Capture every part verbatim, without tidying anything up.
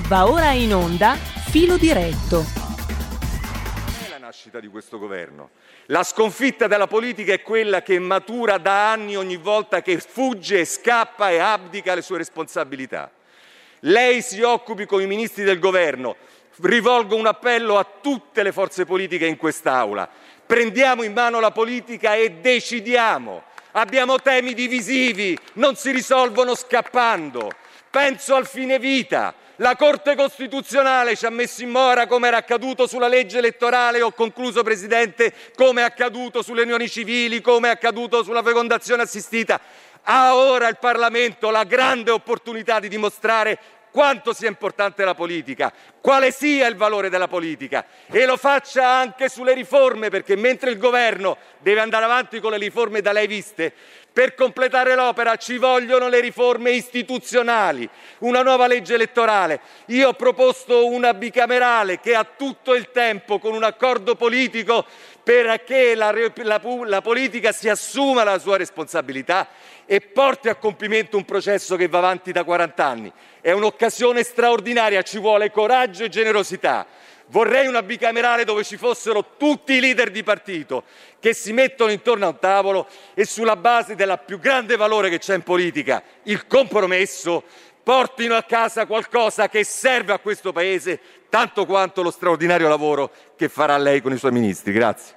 Va ora in onda Filo Diretto. È la nascita di questo governo. La sconfitta della politica è quella che matura da anni ogni volta che fugge, scappa e abdica le sue responsabilità. Lei si occupi con i ministri del governo. Rivolgo un appello a tutte le forze politiche in quest'Aula. Prendiamo in mano la politica e decidiamo. Abbiamo temi divisivi, non si risolvono scappando. Penso al fine vita. La Corte Costituzionale ci ha messo in mora, come era accaduto sulla legge elettorale, ho concluso Presidente, come è accaduto sulle unioni civili, come è accaduto sulla fecondazione assistita. Ha ora il Parlamento la grande opportunità di dimostrare quanto sia importante la politica, quale sia il valore della politica, e lo faccia anche sulle riforme, perché mentre il governo deve andare avanti con le riforme da lei viste, per completare l'opera ci vogliono le riforme istituzionali, una nuova legge elettorale. Io ho proposto una bicamerale che ha tutto il tempo, con un accordo politico, perché la, la, la politica si assuma la sua responsabilità e porti a compimento un processo che va avanti da quaranta anni. È un'occasione straordinaria, ci vuole coraggio e generosità. Vorrei una bicamerale dove ci fossero tutti i leader di partito che si mettono intorno a un tavolo e sulla base del più grande valore che c'è in politica, il compromesso, portino a casa qualcosa che serve a questo Paese tanto quanto lo straordinario lavoro che farà lei con i suoi ministri. Grazie.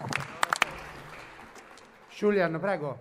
Giuliano, prego.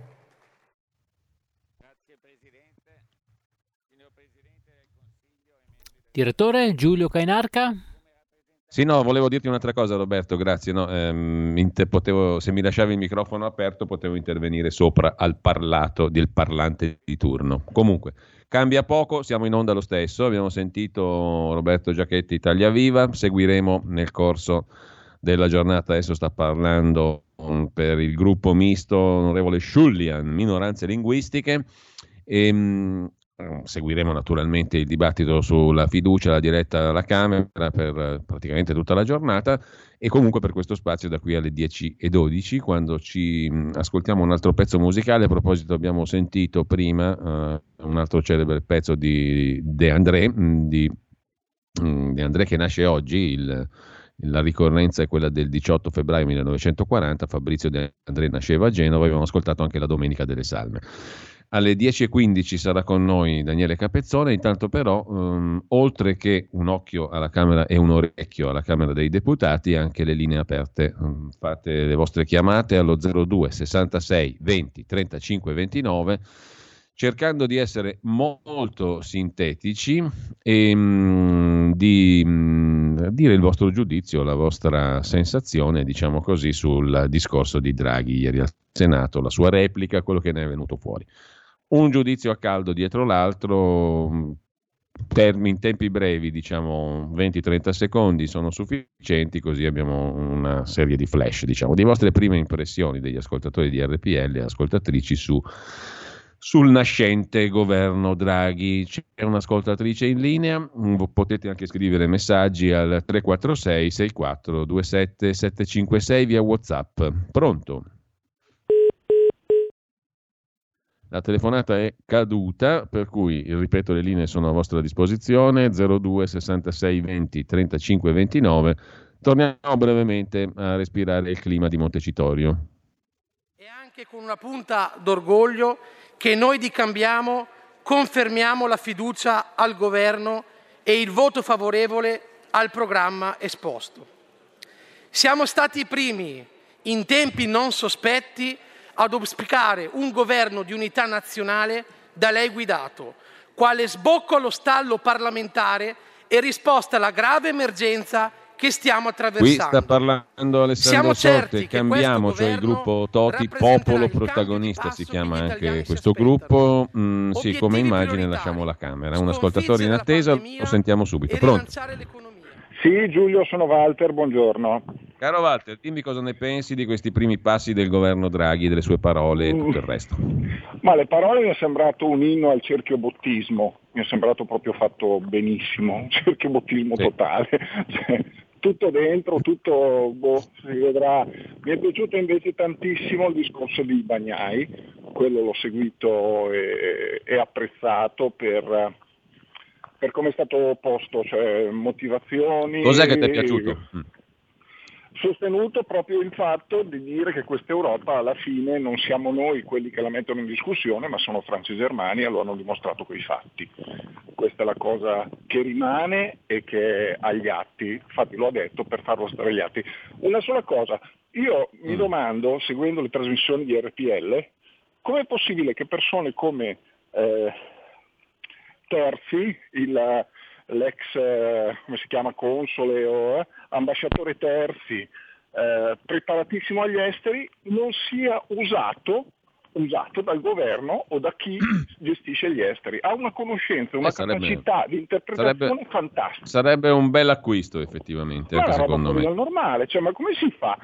Grazie Presidente. Signor Presidente del Consiglio e membri del... Direttore Giulio Cainarca. Sì, no, volevo dirti un'altra cosa, Roberto, grazie. No, ehm, inter- potevo, se mi lasciavi il microfono aperto potevo intervenire sopra al parlato del parlante di turno. Comunque, cambia poco, siamo in onda lo stesso, abbiamo sentito Roberto Giachetti, Italia Viva, seguiremo nel corso della giornata, adesso sta parlando um, per il gruppo misto onorevole Sciullian, minoranze linguistiche, e um, seguiremo naturalmente il dibattito sulla fiducia, la diretta alla Camera per uh, praticamente tutta la giornata, e comunque per questo spazio da qui alle dieci e dodici, quando ci um, ascoltiamo un altro pezzo musicale. A proposito, abbiamo sentito prima uh, un altro celebre pezzo di De André, di, um, De André che nasce oggi. Il La ricorrenza è quella del diciotto febbraio millenovecentoquaranta, Fabrizio De André nasceva a Genova, abbiamo ascoltato anche la Domenica delle Salme. Alle dieci e quindici sarà con noi Daniele Capezzone, intanto però, um, oltre che un occhio alla Camera e un orecchio alla Camera dei Deputati, anche le linee aperte. Um, fate le vostre chiamate allo zero due sessantasei venti trentacinque ventinove, cercando di essere molto sintetici e mh, di mh, dire il vostro giudizio, la vostra sensazione, diciamo così, sul discorso di Draghi ieri al Senato, la sua replica, quello che ne è venuto fuori. Un giudizio a caldo dietro l'altro, termini in tempi brevi, diciamo venti trenta secondi sono sufficienti, così abbiamo una serie di flash, diciamo, di vostre prime impressioni degli ascoltatori di R P L e ascoltatrici su sul nascente governo Draghi. C'è un'ascoltatrice in linea, potete anche scrivere messaggi al tre quattro sei sei quattro due sette sette cinque sei via WhatsApp. Pronto? La telefonata è caduta, per cui, ripeto, le linee sono a vostra disposizione, zero due sessantasei venti trentacinque ventinove. Torniamo brevemente a respirare il clima di Montecitorio. E anche con una punta d'orgoglio che noi di Cambiamo confermiamo la fiducia al governo e il voto favorevole al programma esposto. Siamo stati i primi, in tempi non sospetti, ad auspicare un governo di unità nazionale da lei guidato, quale sbocco allo stallo parlamentare e risposta alla grave emergenza che stiamo attraversando. Qui sta parlando Alessandro Sorte, Cambiamo, cioè il gruppo Toti, Popolo Protagonista si chiama anche questo gruppo. Mm, sì, come immagine lasciamo la Camera. Un ascoltatore in attesa, lo sentiamo subito. Pronto? Sì, Giulio, sono Walter, buongiorno. Caro Walter, dimmi cosa ne pensi di questi primi passi del governo Draghi, delle sue parole e tutto il resto. Ma le parole mi è sembrato un inno al cerchiobottismo, mi è sembrato proprio fatto benissimo, un cerchiobottismo sì. totale. Cioè, tutto dentro, tutto, boh, si vedrà. Mi è piaciuto invece tantissimo il discorso di Bagnai, quello l'ho seguito e, e apprezzato per, per come è stato posto, cioè motivazioni. Cos'è che ti è piaciuto? Mm. Sostenuto proprio il fatto di dire che questa Europa alla fine non siamo noi quelli che la mettono in discussione, ma sono Francia e Germania, lo hanno dimostrato coi fatti. Questa è la cosa che rimane e che è agli atti, infatti lo ha detto per farlo stare agli atti. Una sola cosa, io mi domando, seguendo le trasmissioni di R P L, com'è possibile che persone come eh, Terzi, il l'ex, eh, come si chiama, console o eh, ambasciatore Terzi, eh, preparatissimo agli esteri, non sia usato, usato dal governo o da chi gestisce gli esteri. Ha una conoscenza, una eh, sarebbe, capacità di interpretazione sarebbe, fantastica. Sarebbe un bel acquisto effettivamente, ma anche è secondo me. È normale, cioè, ma come si fa?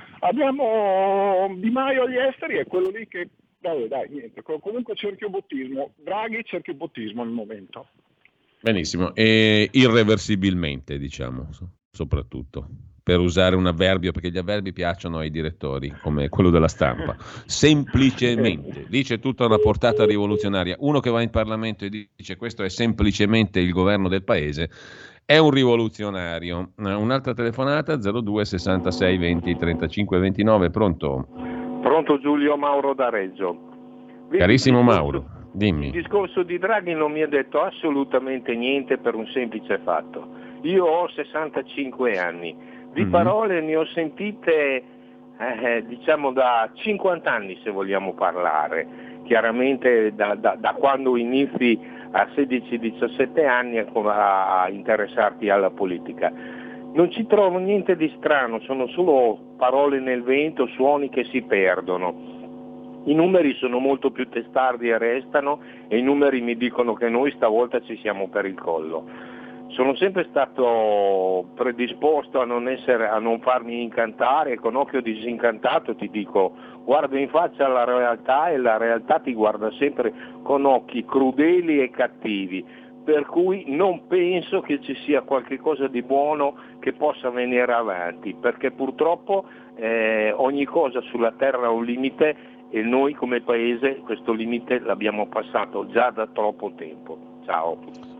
Abbiamo Di Maio agli esteri, è quello lì che... Dai, dai, niente, comunque cerchiobottismo, Draghi cerchiobottismo al momento. Benissimo, e irreversibilmente, diciamo, soprattutto, per usare un avverbio, perché gli avverbi piacciono ai direttori, come quello della stampa. Semplicemente, dice tutta una portata rivoluzionaria. Uno che va in Parlamento e dice questo è semplicemente il governo del paese, è un rivoluzionario. Un'altra telefonata, zero due sessantasei venti trentacinque ventinove, pronto? Pronto Giulio, Mauro da Reggio. Vedi, Carissimo discorso, Mauro, dimmi. Il discorso di Draghi non mi ha detto assolutamente niente per un semplice fatto. Io ho sessantacinque anni, di mm-hmm. parole ne ho sentite eh, diciamo da cinquanta anni, se vogliamo parlare, chiaramente da, da, da quando inizi a sedici diciassette anni a, a interessarti alla politica. Non ci trovo niente di strano, sono solo parole nel vento, suoni che si perdono. I numeri sono molto più testardi e restano, e i numeri mi dicono che noi stavolta ci siamo per il collo. Sono sempre stato predisposto a non, essere, a non farmi incantare, e con occhio disincantato ti dico, guarda in faccia la realtà e la realtà ti guarda sempre con occhi crudeli e cattivi. Per cui non penso che ci sia qualche cosa di buono che possa venire avanti, perché purtroppo eh, ogni cosa sulla terra ha un limite e noi come paese questo limite l'abbiamo passato già da troppo tempo. Ciao.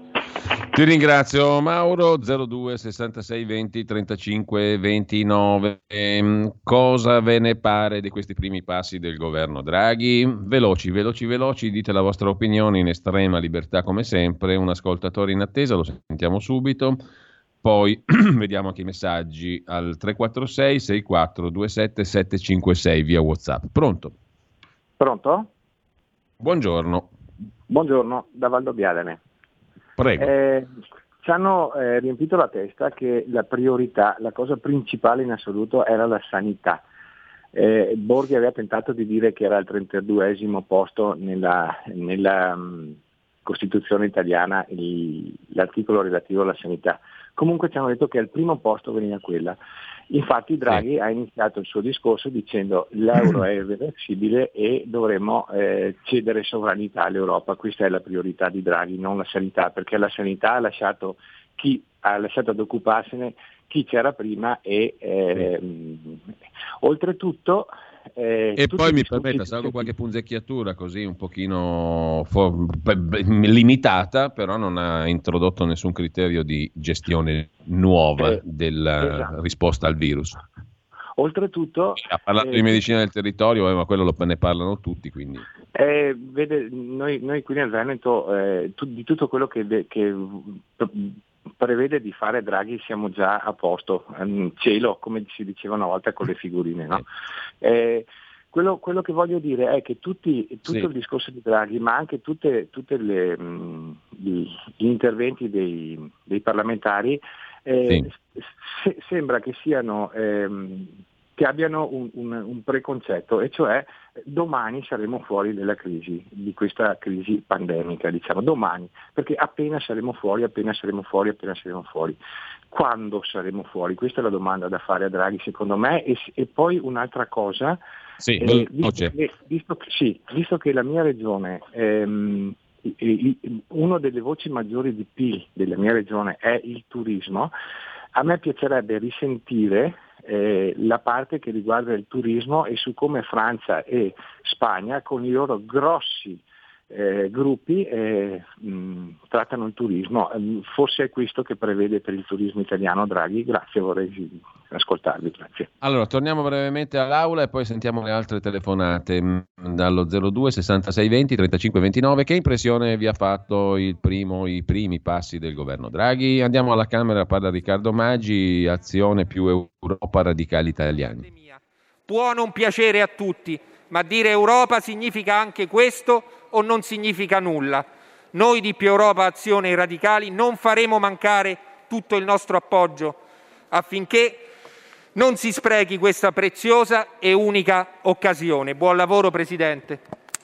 Ti ringrazio Mauro. Zero due sessantasei venti trentacinque ventinove. Ehm, cosa ve ne pare di questi primi passi del governo Draghi? Veloci, veloci, veloci, dite la vostra opinione in estrema libertà come sempre. Un ascoltatore in attesa, lo sentiamo subito. Poi vediamo anche i messaggi al tre quattro sei sei quattro due sette sette cinque sei via WhatsApp. Pronto? Pronto? Buongiorno. Buongiorno, da Valdobbiadene. Prego. Eh, ci hanno eh, riempito la testa che la priorità, la cosa principale in assoluto era la sanità. Eh, Borghi aveva tentato di dire che era al trentaduesimo posto nella, nella um, Costituzione italiana il, l'articolo relativo alla sanità. Comunque ci hanno detto che al primo posto veniva quella. Infatti Draghi sì. ha iniziato il suo discorso dicendo l'euro è irreversibile e dovremmo eh, cedere sovranità all'Europa. Questa è la priorità di Draghi, non la sanità, perché la sanità ha lasciato chi ha lasciato ad occuparsene chi c'era prima e eh, sì. oltretutto eh, e poi mi permetta, salvo qualche punzecchiatura così un pochino for- limitata, però non ha introdotto nessun criterio di gestione nuova eh, della esatto. risposta al virus. Oltretutto ha parlato eh, di medicina del territorio, eh, ma quello lo, ne parlano tutti, quindi eh, vede, noi, noi qui nel Veneto eh, tu, di tutto quello che, che prevede di fare Draghi siamo già a posto, um, cielo, come si diceva una volta con le figurine, no? Eh, quello, quello che voglio dire è che tutti, tutto sì. il discorso di Draghi, ma anche tutte, tutte le, mh, gli, gli interventi dei, dei parlamentari eh, sì. se, sembra che siano ehm, che abbiano un, un, un preconcetto, e cioè domani saremo fuori dalla crisi, di questa crisi pandemica, diciamo, domani, perché appena saremo fuori, appena saremo fuori, appena saremo fuori. Quando saremo fuori? Questa è la domanda da fare a Draghi, secondo me, e, e poi un'altra cosa, sì, eh, visto, che, visto, che, sì, visto che la mia regione, ehm, una delle voci maggiori di P I L della mia regione è il turismo, a me piacerebbe risentire Eh, la parte che riguarda il turismo e su come Francia e Spagna con i loro grossi eh, gruppi eh, mh, trattano il turismo. Eh, forse è questo che prevede per il turismo italiano Draghi. Grazie, vorrei ascoltarvi, grazie. Allora, torniamo brevemente all'aula e poi sentiamo le altre telefonate mh, dallo zero due sessantasei venti trentacinque ventinove. Che impressione vi ha fatto il primo, i primi passi del governo Draghi? Andiamo alla Camera, parla Riccardo Maggi, azione più Europa, radicali italiani. Può non piacere a tutti, ma dire Europa significa anche questo o non significa nulla? Noi di Più Europa Azione e Radicali non faremo mancare tutto il nostro appoggio affinché non si sprechi questa preziosa e unica occasione. Buon lavoro, Presidente.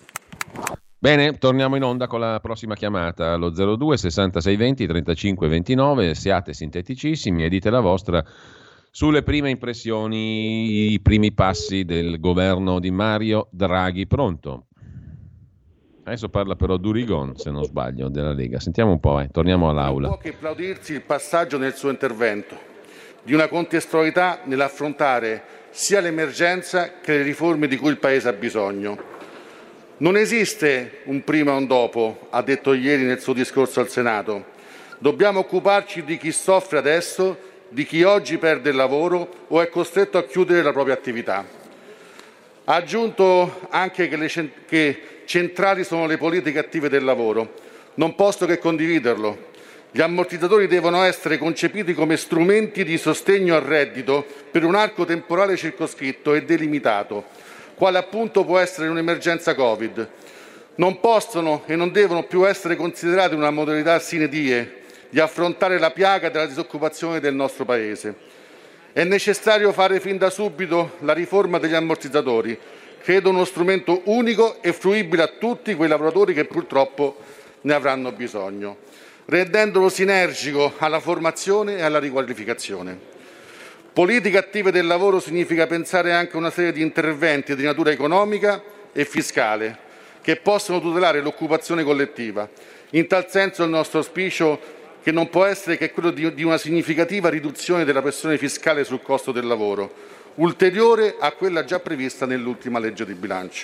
Bene, torniamo in onda con la prossima chiamata allo zero due sessantasei venti trentacinque ventinove. Siate sinteticissimi e dite la vostra sulle prime impressioni, i primi passi del governo di Mario Draghi. Pronto? Adesso parla però Durigon, se non sbaglio, della Lega. Sentiamo un po', eh. Torniamo all'aula. Non può che applaudirsi il passaggio nel suo intervento di una contestualità nell'affrontare sia l'emergenza che le riforme di cui il Paese ha bisogno. Non esiste un prima e un dopo, ha detto ieri nel suo discorso al Senato. Dobbiamo occuparci di chi soffre adesso, di chi oggi perde il lavoro o è costretto a chiudere la propria attività. Ha aggiunto anche che, le cent- che centrali sono le politiche attive del lavoro. Non posso che condividerlo. Gli ammortizzatori devono essere concepiti come strumenti di sostegno al reddito per un arco temporale circoscritto e delimitato, quale appunto può essere un'emergenza Covid. Non possono e non devono più essere considerati una modalità sine die di affrontare la piaga della disoccupazione del nostro Paese. È necessario fare fin da subito la riforma degli ammortizzatori, credo uno strumento unico e fruibile a tutti quei lavoratori che purtroppo ne avranno bisogno, rendendolo sinergico alla formazione e alla riqualificazione. Politiche attive del lavoro significa pensare anche a una serie di interventi di natura economica e fiscale che possono tutelare l'occupazione collettiva. In tal senso il nostro auspicio che non può essere che quello di, di una significativa riduzione della pressione fiscale sul costo del lavoro, ulteriore a quella già prevista nell'ultima legge di bilancio.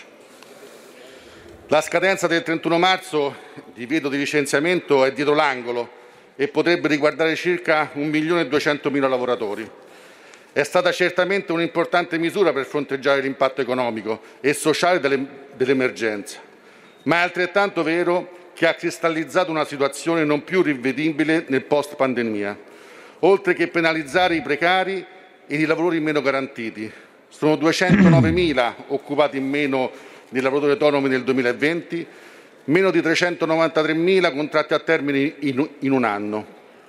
La scadenza del trentuno marzo, divieto di licenziamento, è dietro l'angolo e potrebbe riguardare circa un milione e duecentomila lavoratori. È stata certamente un'importante misura per fronteggiare l'impatto economico e sociale delle, dell'emergenza, ma è altrettanto vero che ha cristallizzato una situazione non più rivedibile nel post-pandemia, oltre che penalizzare i precari e i lavoratori meno garantiti. Sono duecentonovemila occupati in meno di lavoratori autonomi nel duemilaventi, meno di trecentonovantatremila contratti a termine in, in un anno.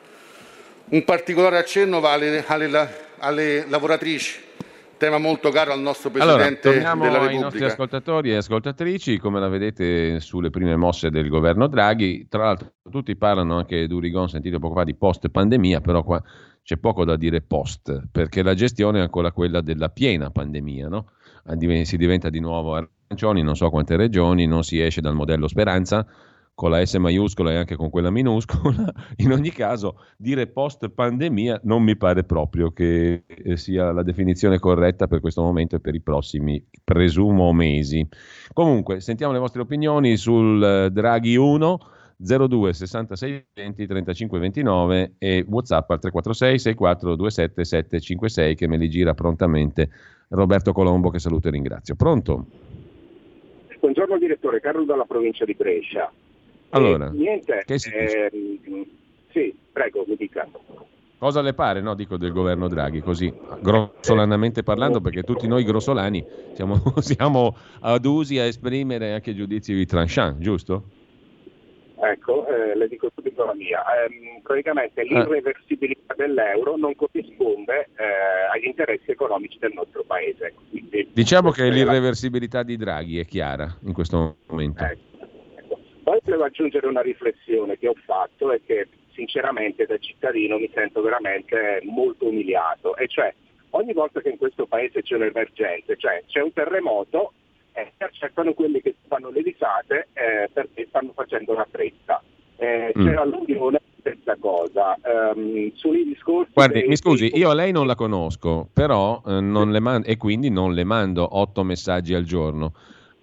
Un particolare accenno va alle, alle, alle lavoratrici, tema molto caro al nostro Presidente allora, torniamo della ai Repubblica. nostri ascoltatori e ascoltatrici, come la vedete sulle prime mosse del governo Draghi. Tra l'altro tutti parlano, anche Durigon, sentito poco fa, di post pandemia, però qua c'è poco da dire post, perché la gestione è ancora quella della piena pandemia, no? Si diventa di nuovo arancioni, non so quante regioni, non si esce dal modello Speranza, con la S maiuscola e anche con quella minuscola. In ogni caso, dire post pandemia non mi pare proprio che sia la definizione corretta per questo momento e per i prossimi, presumo, mesi. Comunque, sentiamo le vostre opinioni sul Draghi uno, zero due sessantasei venti trentacinque ventinove e WhatsApp al tre quattro sei sei quattro due sette sette cinque sei, che me li gira prontamente Roberto Colombo, che saluto e ringrazio. Pronto? Buongiorno direttore, Carlo dalla provincia di Brescia. Allora, eh, niente, che si dice? Eh, sì, prego, mi dica. Cosa le pare, no, dico, del governo Draghi, così grossolanamente parlando, perché tutti noi grossolani siamo, siamo adusi a esprimere anche giudizi tranchant, giusto? Ecco, eh, le dico subito la mia. Eh, praticamente l'irreversibilità dell'euro non corrisponde eh, agli interessi economici del nostro Paese. Quindi, diciamo che l'irreversibilità di Draghi è chiara in questo momento. Ecco. Poi volevo aggiungere una riflessione che ho fatto e che sinceramente da cittadino mi sento veramente molto umiliato, e cioè ogni volta che in questo paese c'è un'emergenza, cioè c'è un terremoto, eh, accettano quelli che fanno le risate eh, perché stanno facendo la fretta. Eh, mm. C'è l'alluvione, stessa cosa. Um, sui discorsi Guardi, dei, mi scusi, dei... io lei non la conosco, però eh, non le mando, e quindi non le mando otto messaggi al giorno.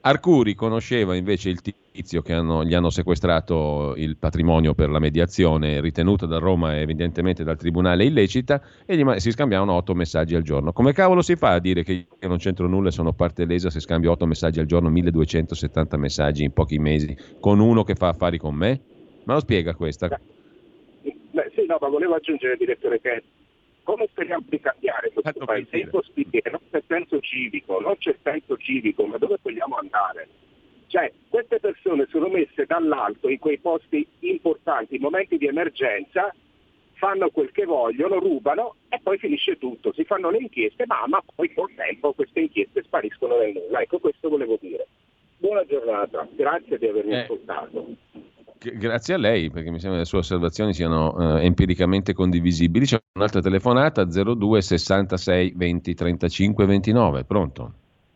Arcuri conosceva invece il tizio che hanno, gli hanno sequestrato il patrimonio per la mediazione ritenuta da Roma e evidentemente dal tribunale illecita, e gli, si scambiavano otto messaggi al giorno. Come cavolo si fa a dire che io non c'entro nulla e sono parte lesa se scambio otto messaggi al giorno, milleduecentosettanta messaggi in pochi mesi con uno che fa affari con me? Me lo spiega questa? Beh, sì, no, ma volevo aggiungere, direttore, che come speriamo di cambiare questo paese? È impossibile, non c'è senso civico, non c'è senso civico, ma dove vogliamo andare? Cioè, queste persone sono messe dall'alto in quei posti importanti, in momenti di emergenza, fanno quel che vogliono, rubano e poi finisce tutto. Si fanno le inchieste, ma, ma poi col tempo queste inchieste spariscono nel nulla. Ecco, questo volevo dire. Buona giornata, grazie di avermi eh. ascoltato. Grazie a lei, perché mi sembra che le sue osservazioni siano eh, empiricamente condivisibili. C'è un'altra telefonata, zero due sessantasei venti trentacinque ventinove. Pronto?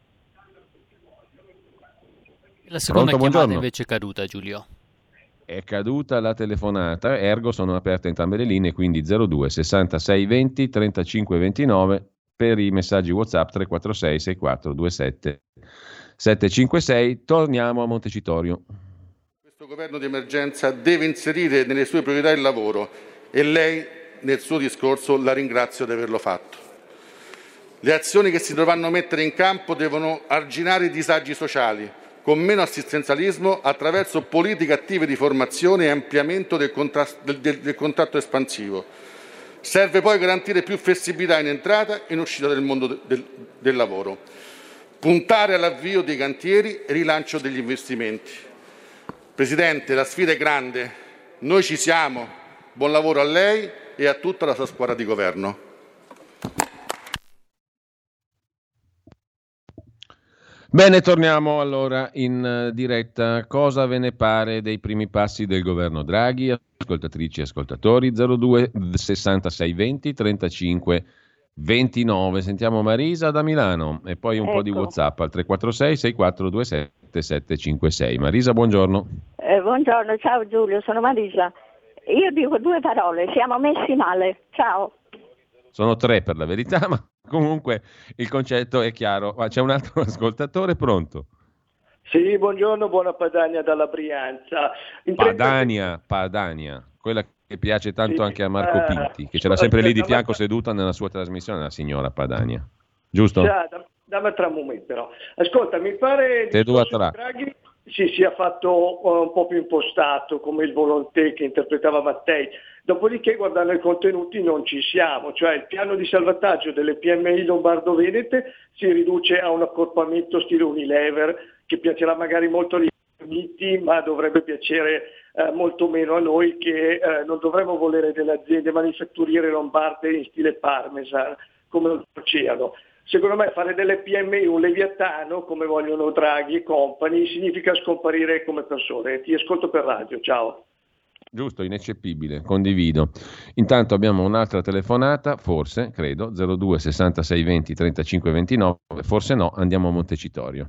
La seconda Pronto, chiamata buongiorno. invece è caduta, Giulio. È caduta la telefonata, ergo sono aperte entrambe le linee, quindi zero due sessantasei venti trentacinque ventinove per i messaggi WhatsApp tre quattro sei sei quattro due sette sette cinque sei. Torniamo a Montecitorio. Questo governo di emergenza deve inserire nelle sue priorità il lavoro e lei nel suo discorso la ringrazio di averlo fatto. Le azioni che si dovranno mettere in campo devono arginare i disagi sociali con meno assistenzialismo attraverso politiche attive di formazione e ampliamento del, del, del, del contratto espansivo. Serve poi garantire più flessibilità in entrata e in uscita del mondo del, del lavoro. Puntare all'avvio dei cantieri e rilancio degli investimenti. Presidente, la sfida è grande, noi ci siamo, buon lavoro a lei e a tutta la sua squadra di governo. Bene, torniamo allora in diretta. Cosa ve ne pare dei primi passi del governo Draghi? Ascoltatrici e ascoltatori, zero due sessantasei venti trentacinque ventinove. Sentiamo Marisa da Milano e poi un ecco. po' di WhatsApp al tre quattro sei sei quattro due sette sette cinque sei. Marisa, buongiorno. Eh, buongiorno, ciao Giulio, sono Marisa. Io dico due parole, siamo messi male. Ciao. Sono tre per la verità, ma comunque il concetto è chiaro. Ma c'è un altro ascoltatore, pronto? Sì, buongiorno, buona Padania dalla Brianza. In Padania, Padania, quella che piace tanto sì, anche a Marco uh, Pinti, che ce l'ha sempre lì di fianco seduta nella sua trasmissione, la signora Padania. Giusto? Già, dammi tra un momento però. Ascolta, mi pare che Draghi si sia fatto uh, un po' più impostato come il volontè che interpretava Mattei. Dopodiché, guardando i contenuti, non ci siamo, cioè il piano di salvataggio delle P M I lombardo-venete si riduce a un accorpamento stile Unilever, che piacerà magari molto agli Uniti, ma dovrebbe piacere eh, molto meno a noi, che eh, non dovremmo volere delle aziende manifatturiere lombarde in stile Parmesan, come l'oceano. Secondo me fare delle P M I un leviatano, come vogliono Draghi e compagni, significa scomparire come persone. Ti ascolto per radio, ciao. Giusto, ineccepibile, condivido. Intanto abbiamo un'altra telefonata, forse, credo, zero due sessantasei venti trentacinque ventinove, forse no, andiamo a Montecitorio.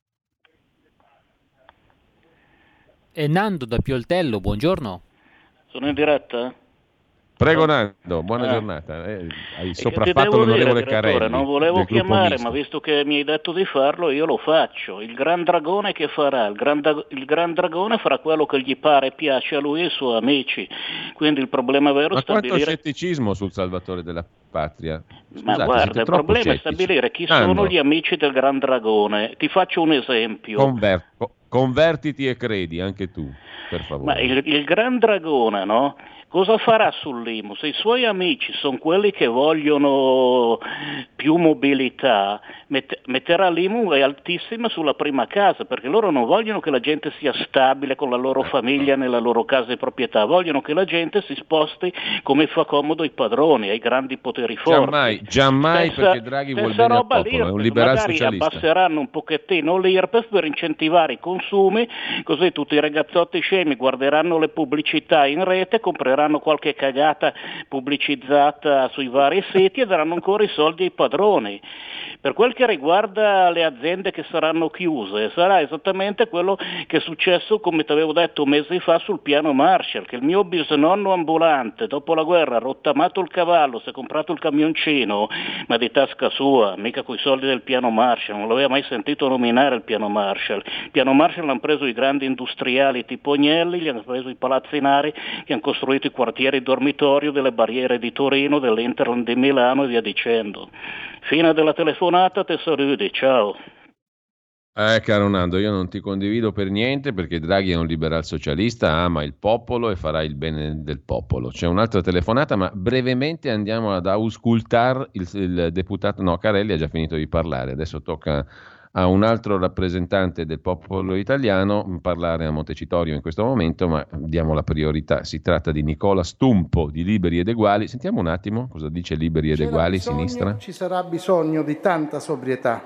E Nando da Pioltello, buongiorno. Sono in diretta? Prego Nando, buona ah. giornata. Eh, hai sopraffatto l'onorevole Carelli. Non volevo chiamare, ma visto che mi hai detto di farlo, io lo faccio. Il Gran Dragone che farà? Il Gran, il Gran Dragone farà quello che gli pare e piace a lui e ai suoi amici. Quindi il problema vero è stabilire... Ma quanto scetticismo sul Salvatore della Patria? Scusate, ma guarda, il problema scettici. è stabilire chi Nando. sono gli amici del Gran Dragone. Ti faccio un esempio. Conver- convertiti e credi, anche tu, per favore. Ma il, il Gran Dragone, no? Cosa farà sull'I M U? Se i suoi amici sono quelli che vogliono più mobilità, met- metterà l'I M U altissima sulla prima casa, perché loro non vogliono che la gente sia stabile con la loro famiglia nella loro casa di proprietà, vogliono che la gente si sposti come fa comodo ai padroni, ai grandi poteri forti. Giammai, giammai senza, perché Draghi vuol bene al popolo, è un liberal magari socialista. Abbasseranno un pochettino l'I R P E F per incentivare i consumi consumi, così tutti i ragazzotti scemi guarderanno le pubblicità in rete, compreranno qualche cagata pubblicizzata sui vari siti e daranno ancora i soldi ai padroni. Per quel che riguarda le aziende che saranno chiuse, sarà esattamente quello che è successo, come ti avevo detto mesi fa, sul piano Marshall, che il mio bisnonno ambulante dopo la guerra ha rottamato il cavallo, si è comprato il camioncino, ma di tasca sua, mica coi soldi del piano Marshall, non l'aveva mai sentito nominare il piano Marshall. Il piano Marshall l'hanno preso i grandi industriali tipo Agnelli, gli hanno preso i palazzinari che hanno costruito i quartieri dormitorio delle barriere di Torino, dell'Interland di Milano e via dicendo. Fine della telefonata, te saluti, ciao. Eh, caro Nando, io non ti condivido per niente perché Draghi è un liberal socialista, ama il popolo e farà il bene del popolo. C'è un'altra telefonata, ma brevemente andiamo ad auscultare il, il deputato, no, Carelli ha già finito di parlare, adesso tocca a un altro rappresentante del popolo italiano parlare a Montecitorio in questo momento, ma diamo la priorità. Si tratta di Nicola Stumpo di Liberi ed Eguali. Sentiamo un attimo cosa dice Liberi ed C'era Eguali, bisogno, sinistra. Ci sarà bisogno di tanta sobrietà.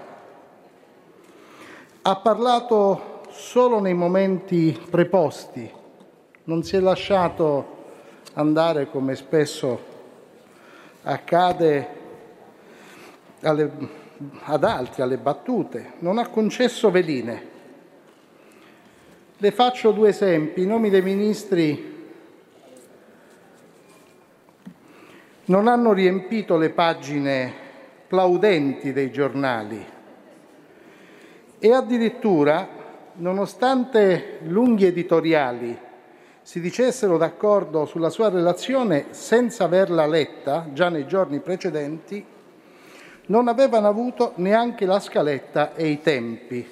Ha parlato solo nei momenti preposti, non si è lasciato andare come spesso accade alle ad altri, alle battute, non ha concesso veline. Le faccio due esempi. I nomi dei ministri non hanno riempito le pagine plaudenti dei giornali e addirittura, nonostante lunghi editoriali si dicessero d'accordo sulla sua relazione senza averla letta già nei giorni precedenti, non avevano avuto neanche la scaletta e i tempi.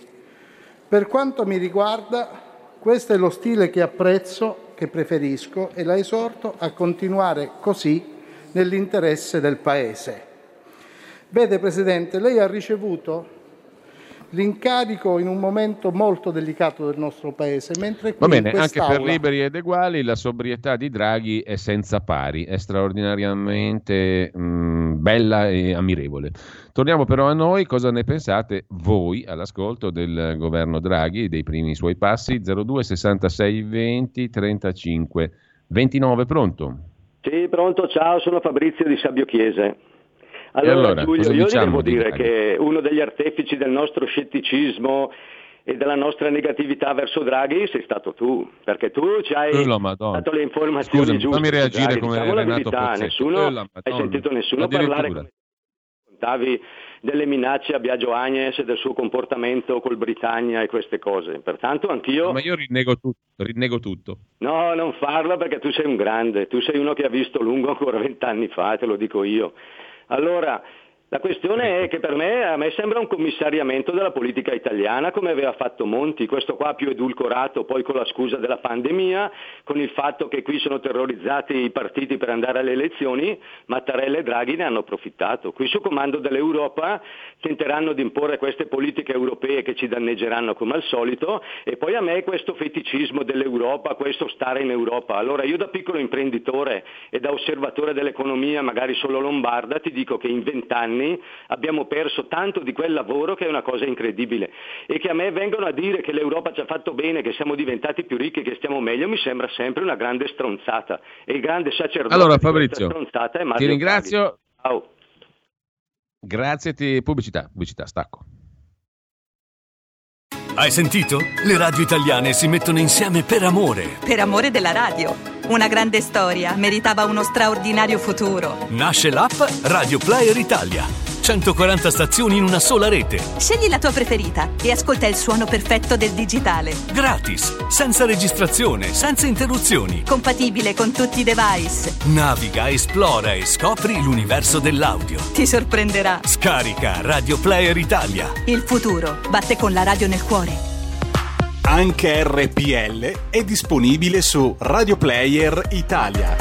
Per quanto mi riguarda, questo è lo stile che apprezzo, che preferisco e la esorto a continuare così nell'interesse del Paese. Vede, Presidente, lei ha ricevuto l'incarico in un momento molto delicato del nostro Paese, mentre qui Va bene, in anche per Liberi ed Eguali la sobrietà di Draghi è senza pari, è straordinariamente mh, bella e ammirevole. Torniamo però a noi, cosa ne pensate voi all'ascolto del governo Draghi, dei primi suoi passi? zero due sessantasei venti trentacinque ventinove, pronto? Sì, pronto, ciao, sono Fabrizio di Sabbio Chiese. Allora, allora Giulio, io diciamo devo di dire Draghi? che uno degli artefici del nostro scetticismo e della nostra negatività verso Draghi sei stato tu, perché tu ci hai Oh, dato le informazioni Scusami, giuste. fammi reagire Draghi, come diciamo la Renato verità, Pozzetto. nessuno Oh, hai sentito nessuno parlare come raccontavi delle minacce a Biagio Agnes e del suo comportamento col Britannia e queste cose. Pertanto anch'io... Ma io rinnego tutto, rinnego tutto. No, non farla perché tu sei un grande, tu sei uno che ha visto lungo ancora vent'anni fa, te lo dico io. Allora, la questione è che per me, a me sembra un commissariamento della politica italiana come aveva fatto Monti, questo qua più edulcorato poi con la scusa della pandemia, con il fatto che qui sono terrorizzati i partiti per andare alle elezioni, Mattarella e Draghi ne hanno approfittato. Qui su comando dell'Europa tenteranno di imporre queste politiche europee che ci danneggeranno come al solito e poi a me questo feticismo dell'Europa, questo stare in Europa. Allora io da piccolo imprenditore e da osservatore dell'economia magari solo lombarda ti dico che in vent'anni abbiamo perso tanto di quel lavoro che è una cosa incredibile e che a me vengono a dire che l'Europa ci ha fatto bene, che siamo diventati più ricchi, che stiamo meglio, mi sembra sempre una grande stronzata e il grande sacerdote allora, di Fabrizio, questa stronzata è Mario ti ringrazio. Draghi. Ciao. Grazie, ti... pubblicità, pubblicità, stacco. Hai sentito? Le radio italiane si mettono insieme per amore. Per amore della radio. Una grande storia meritava uno straordinario futuro. Nasce l'app Radio Player Italia. centoquaranta stazioni in una sola rete. Scegli la tua preferita e ascolta il suono perfetto del digitale. Gratis, senza registrazione, senza interruzioni. Compatibile con tutti i device. Naviga, esplora e scopri l'universo dell'audio. Ti sorprenderà. Scarica Radio Player Italia. Il futuro batte con la radio nel cuore. Anche R P L è disponibile su Radio Player Italia.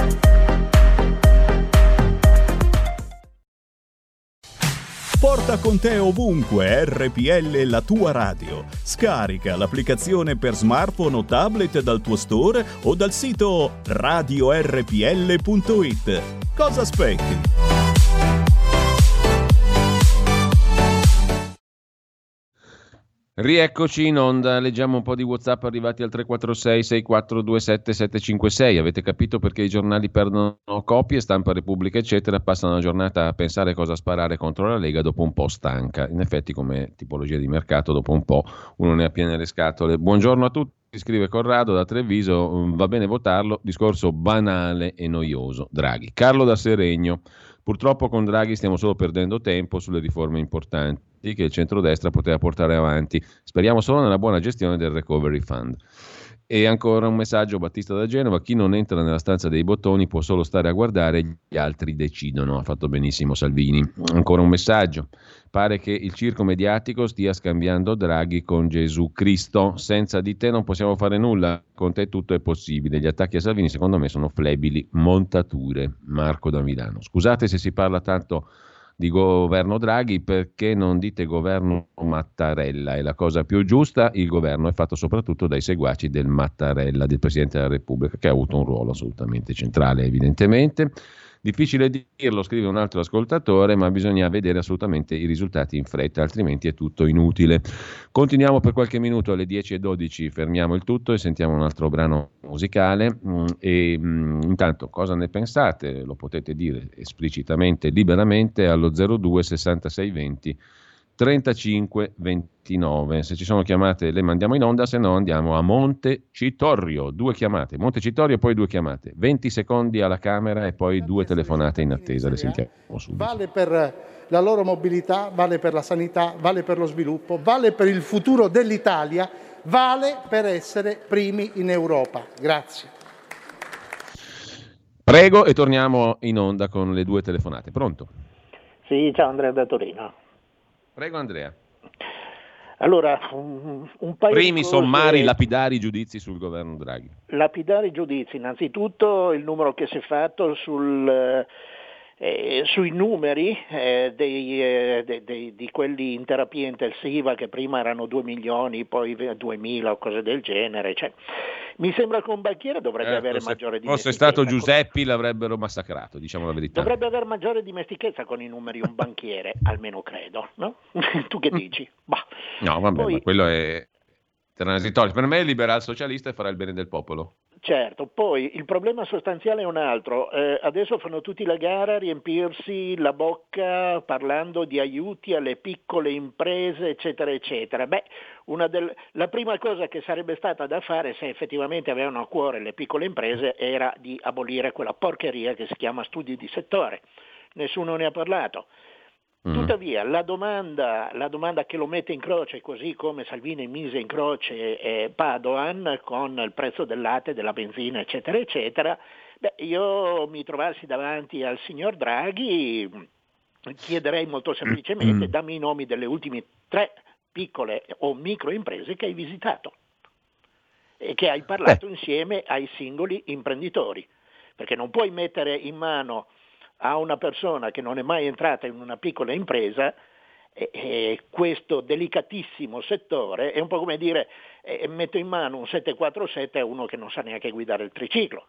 Porta con te ovunque R P L, la tua radio. Scarica l'applicazione per smartphone o tablet dal tuo store o dal sito radio r p l punto i t. Cosa aspetti? Rieccoci in onda, leggiamo un po' di WhatsApp arrivati al tre quattro sei sei quattro due sette sette cinque sei. Avete capito perché i giornali perdono copie, Stampa, Repubblica eccetera, passano la giornata a pensare cosa sparare contro la Lega, dopo un po' stanca. In effetti, come tipologia di mercato, dopo un po' uno ne ha piene le scatole. Buongiorno a tutti, scrive Corrado da Treviso, va bene votarlo, discorso banale e noioso. Draghi. Carlo da Seregno. Purtroppo con Draghi stiamo solo perdendo tempo sulle riforme importanti che il centrodestra poteva portare avanti. Speriamo solo nella buona gestione del Recovery Fund. E ancora un messaggio, Battista da Genova: chi non entra nella stanza dei bottoni può solo stare a guardare, gli altri decidono. Ha fatto benissimo Salvini. Ancora un messaggio: pare che il circo mediatico stia scambiando Draghi con Gesù Cristo. Senza di te non possiamo fare nulla, con te tutto è possibile. Gli attacchi a Salvini secondo me sono flebili montature. Marco da Milano. Scusate se si parla tanto di governo Draghi, perché non dite governo Mattarella? È la cosa più giusta. Il governo è fatto soprattutto dai seguaci del Mattarella, del Presidente della Repubblica, che ha avuto un ruolo assolutamente centrale evidentemente. Difficile dirlo, scrive un altro ascoltatore, ma bisogna vedere assolutamente i risultati in fretta, altrimenti è tutto inutile. Continuiamo per qualche minuto, alle dieci e dodici fermiamo il tutto e sentiamo un altro brano musicale. E mh, intanto cosa ne pensate? Lo potete dire esplicitamente, liberamente allo zero due sessantasei venti trentacinque ventinove. Se ci sono chiamate le mandiamo in onda, se no andiamo a Montecitorio. Due chiamate, Montecitorio e poi due chiamate. venti secondi alla Camera e poi due telefonate in attesa, le sentiamo subito. Vale per la loro mobilità, vale per la sanità, vale per lo sviluppo, vale per il futuro dell'Italia, vale per essere primi in Europa. Grazie. Prego, e torniamo in onda con le due telefonate. Pronto? Sì, ciao Andrea da Torino. Prego Andrea. Allora, un, un paio Primi di cose... sommari, lapidari giudizi sul governo Draghi. Lapidari giudizi, innanzitutto il numero che si è fatto sul, eh, sui numeri eh, dei, eh, dei, dei, di quelli in terapia intensiva, che prima erano due milioni, poi duemila o cose del genere. Cioè, mi sembra che un banchiere dovrebbe Certo, avere se maggiore fosse dimestichezza. stato Giuseppi l'avrebbero massacrato, diciamo la verità. Dovrebbe avere maggiore dimestichezza con i numeri un banchiere, almeno credo, no? Tu che dici? Bah. No, vabbè, Poi, ma quello è transitorio. Per me è liberal socialista e farà il bene del popolo. certo, poi il problema sostanziale è un altro. Eh, adesso fanno tutti la gara a riempirsi la bocca parlando di aiuti alle piccole imprese, eccetera, eccetera. Beh, una del, la prima cosa che sarebbe stata da fare, se effettivamente avevano a cuore le piccole imprese, era di abolire quella porcheria che si chiama studi di settore. Nessuno ne ha parlato. Tuttavia la domanda, la domanda che lo mette in croce, così come Salvini mise in croce eh, Padoan con il prezzo del latte, della benzina, eccetera, eccetera, beh, io mi trovassi davanti al signor Draghi, chiederei molto semplicemente: dammi i nomi delle ultime tre piccole o micro imprese che hai visitato e che hai parlato Beh. insieme ai singoli imprenditori, perché non puoi mettere in mano a una persona che non è mai entrata in una piccola impresa e, e questo delicatissimo settore. È un po' come dire eh, metto in mano un sette quattro sette a uno che non sa neanche guidare il triciclo.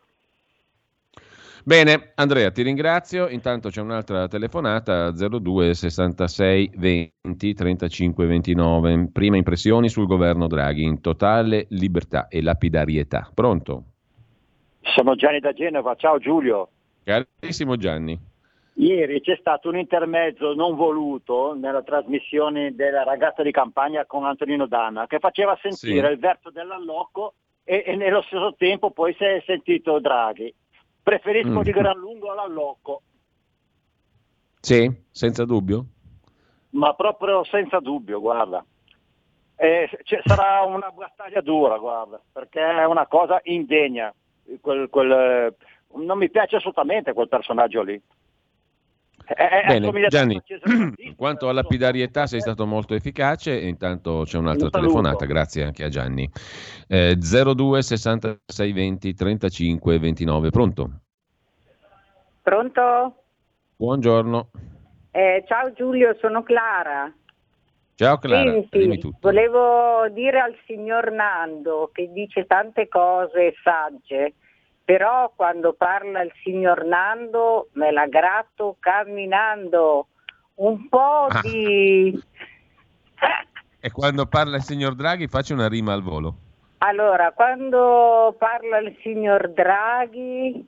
Bene, Andrea, ti ringrazio. Intanto c'è un'altra telefonata, zero due sessantasei venti trentacinque ventinove. Prime impressioni sul governo Draghi in totale libertà e lapidarietà. Pronto? Sono Gianni da Genova, ciao Giulio. Carissimo Gianni. Ieri c'è stato un intermezzo non voluto nella trasmissione della ragazza di campagna con Antonino Danna, che faceva sentire sì. il verso dell'allocco e, e nello stesso tempo poi si è sentito Draghi. Preferisco mm. di gran lungo all'allocco. Sì, senza dubbio? Ma proprio senza dubbio, guarda. E cioè, sarà una battaglia dura, guarda, perché è una cosa indegna. Quel, quel, non mi piace assolutamente quel personaggio lì. È, Bene, Gianni, quanto alla lapidarietà sei stato molto efficace e intanto c'è un'altra telefonata, grazie anche a Gianni. Eh, zero due sessantasei venti trentacinque ventinove, pronto? Pronto? Buongiorno. Eh, ciao Giulio, sono Clara. Ciao Clara, Senti, dimmi tutto. Volevo dire al signor Nando, che dice tante cose sagge, però quando parla il signor Nando me la gratto camminando. Un po' ah. di E quando parla il signor Draghi faccia una rima al volo. Allora, quando parla il signor Draghi,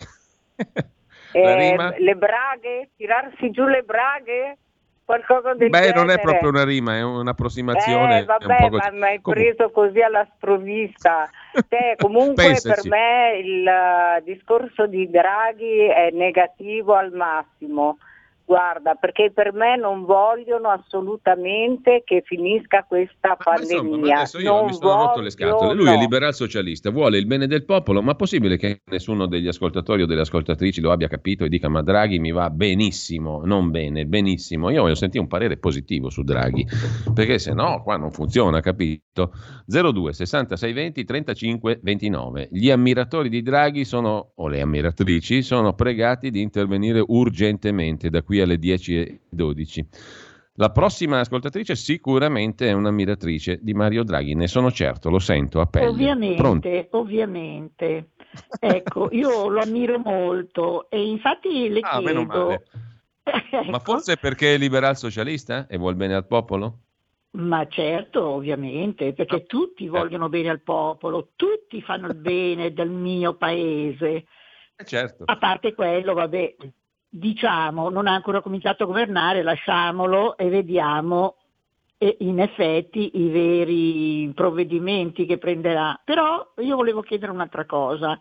eh, le braghe, tirarsi giù le braghe, qualcosa del Beh, genere. non è proprio una rima, è un'approssimazione. Eh, vabbè, è un po' ma così. mi hai Comunque. preso così alla sprovvista. Te, comunque Pensaci. per me il uh, discorso di Draghi è negativo al massimo. Guarda, perché per me non vogliono assolutamente che finisca questa Ma insomma, ma pandemia. adesso io non mi sono rotto le scatole. Lui è vogliono. liberal socialista, vuole il bene del popolo, ma è possibile che nessuno degli ascoltatori o delle ascoltatrici lo abbia capito e dica ma Draghi mi va benissimo, non bene, benissimo. Io voglio sentire un parere positivo su Draghi, perché se no qua non funziona, capito? zero due sessantasei venti trentacinque ventinove. Gli ammiratori di Draghi sono, o le ammiratrici, sono pregati di intervenire urgentemente da qui alle dieci e dodici. La prossima ascoltatrice sicuramente è un'ammiratrice di Mario Draghi, ne sono certo, lo sento a pelle. Ovviamente, Pronto? ovviamente. Ecco, io lo ammiro molto e infatti le Ah, meno chiedo... male. Ecco. Ma forse perché è liberal socialista e vuol bene al popolo? Ma certo, ovviamente, perché Ah, tutti vogliono bene al popolo, tutti fanno il bene del mio paese. Eh, certo. A parte quello, vabbè, diciamo, non ha ancora cominciato a governare, lasciamolo e vediamo e in effetti i veri provvedimenti che prenderà. Però io volevo chiedere un'altra cosa.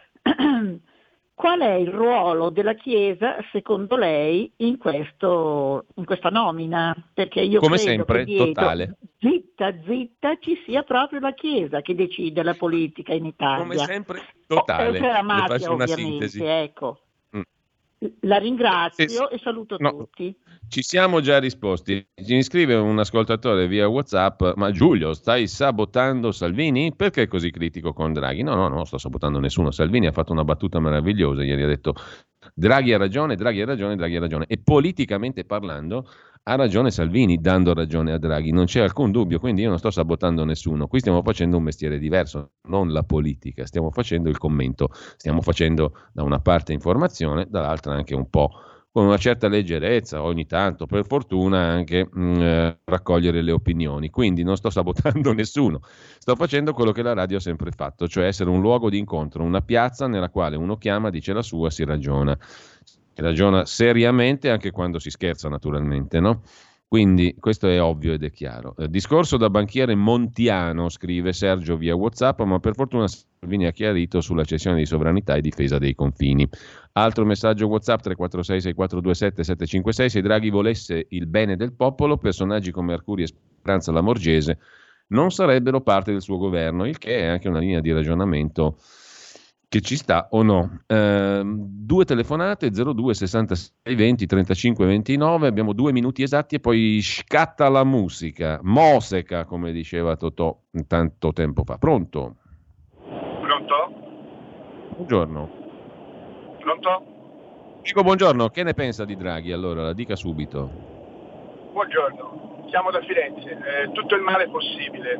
Qual è il ruolo della Chiesa, secondo lei, in, questo, in questa nomina? Perché io Come credo sempre, che dietro, totale. zitta, zitta, ci sia proprio la Chiesa che decide la politica in Italia. Come sempre, totale. E c'è la Le mafia, faccio una ovviamente, sintesi. ecco. Mm. La ringrazio Sì, sì. e saluto No. tutti. Ci siamo già risposti. Ci scrive un ascoltatore via WhatsApp: ma Giulio, stai sabotando Salvini? Perché così critico con Draghi? No, no, no, non sto sabotando nessuno. Salvini ha fatto una battuta meravigliosa ieri, ha detto Draghi ha ragione, Draghi ha ragione, Draghi ha ragione. E politicamente parlando ha ragione Salvini, dando ragione a Draghi, non c'è alcun dubbio, quindi io non sto sabotando nessuno. Qui stiamo facendo un mestiere diverso, non la politica, stiamo facendo il commento, stiamo facendo da una parte informazione, dall'altra anche un po' con una certa leggerezza, ogni tanto, per fortuna, anche mh, eh, raccogliere le opinioni. Quindi non sto sabotando nessuno, sto facendo quello che la radio ha sempre fatto, cioè essere un luogo di incontro, una piazza nella quale uno chiama, dice la sua, si ragiona. Si ragiona seriamente anche quando si scherza, naturalmente, no? Quindi questo è ovvio ed è chiaro. Eh, discorso da banchiere montiano, scrive Sergio via WhatsApp, ma per fortuna Salvini ha chiarito sulla cessione di sovranità e difesa dei confini. Altro messaggio WhatsApp tre quattro sei sei quattro due sette sette cinque sei. Se Draghi volesse il bene del popolo, personaggi come Arcuri e Speranza Lamorgese non sarebbero parte del suo governo, il che è anche una linea di ragionamento che ci sta o no. Eh, due telefonate, zero due sessantasei venti trentacinque ventinove, abbiamo due minuti esatti e poi scatta la musica, moseca come diceva Totò tanto tempo fa. Pronto? Pronto? Buongiorno. Pronto? Dico buongiorno, che ne pensa di Draghi allora? La dica subito. Buongiorno, chiamo da Firenze, eh, tutto il male possibile.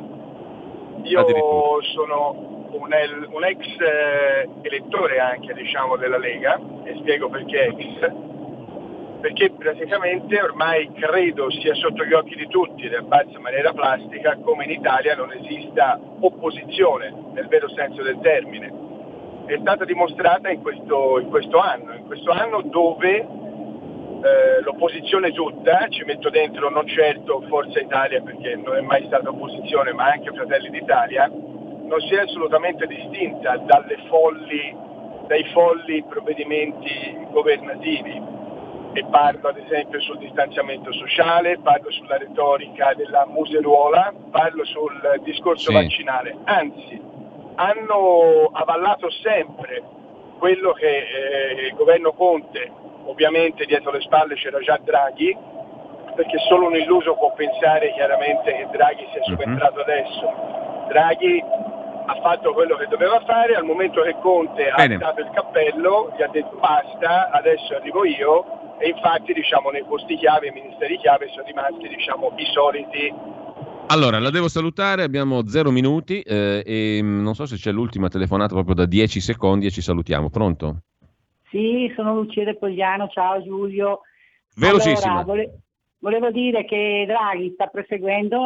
Io sono un, el- un ex eh, elettore anche, diciamo, della Lega, e spiego perché ex, perché praticamente ormai credo sia sotto gli occhi di tutti, ed apparsa in maniera plastica, come in Italia non esista opposizione, nel vero senso del termine. È stata dimostrata in questo, in questo anno, in questo anno dove eh, l'opposizione tutta, ci metto dentro non certo Forza Italia perché non è mai stata opposizione, ma anche Fratelli d'Italia, non si è assolutamente distinta dalle folli, dai folli provvedimenti governativi. E parlo ad esempio sul distanziamento sociale, parlo sulla retorica della museruola, parlo sul discorso sì. vaccinale. Anzi, hanno avallato sempre quello che eh, il governo Conte, ovviamente dietro le spalle c'era già Draghi, perché solo un illuso può pensare chiaramente che Draghi sia subentrato uh-huh. adesso. Draghi ha fatto quello che doveva fare, al momento che Conte ha Bene. alzato il cappello, gli ha detto basta, adesso arrivo io, e infatti diciamo nei posti chiave, ai ministeri chiave sono rimasti diciamo i soliti. Allora, la devo salutare, abbiamo zero minuti eh, e non so se c'è l'ultima telefonata proprio da dieci secondi e ci salutiamo. Pronto? Sì, sono Lucia De Pogliano, ciao Giulio. Velocissima. Allora, vole- volevo dire che Draghi sta perseguendo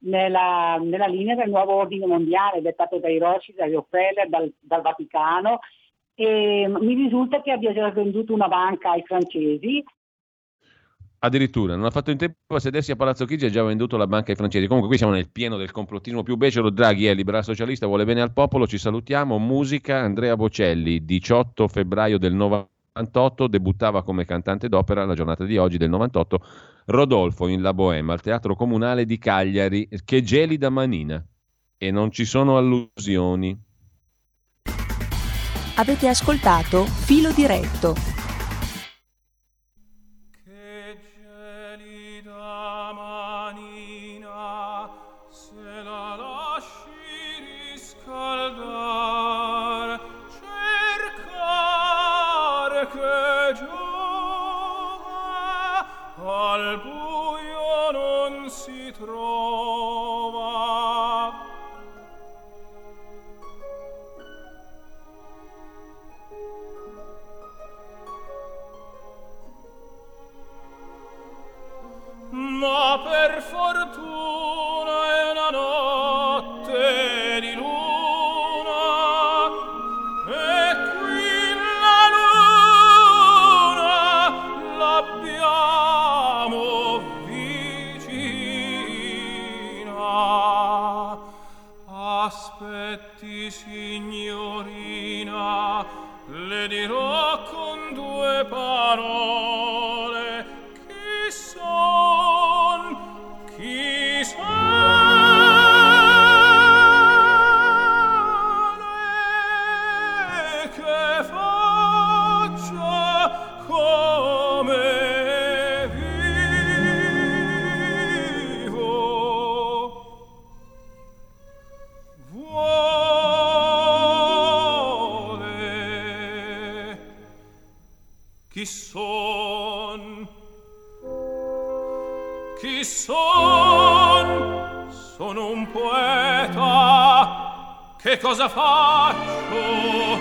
nella, nella linea del nuovo ordine mondiale dettato dai Rothschild, dai Rockefeller, dal, dal Vaticano, e mi risulta che abbia già venduto una banca ai francesi. Addirittura, non ha fatto in tempo a sedersi a Palazzo Chigi e ha già venduto la banca ai francesi. Comunque qui siamo nel pieno del complottismo più becero. Draghi è liberal socialista, vuole bene al popolo, ci salutiamo. Musica, Andrea Bocelli, diciotto febbraio del novantotto, debuttava come cantante d'opera la giornata di oggi del novantotto, Rodolfo in La Bohème, al Teatro Comunale di Cagliari. Che gelida manina. E non ci sono allusioni. Avete ascoltato Filo Diretto. Al buio non si trova. Ma per fortuna è una notte di luna e qui la luna l'abbiamo vicina. Aspetti, signorina, le dirò con due parole chi son, chi sale, che faccia, come vivo. Vuole chi son, chi son, sono un poeta, che cosa faccio?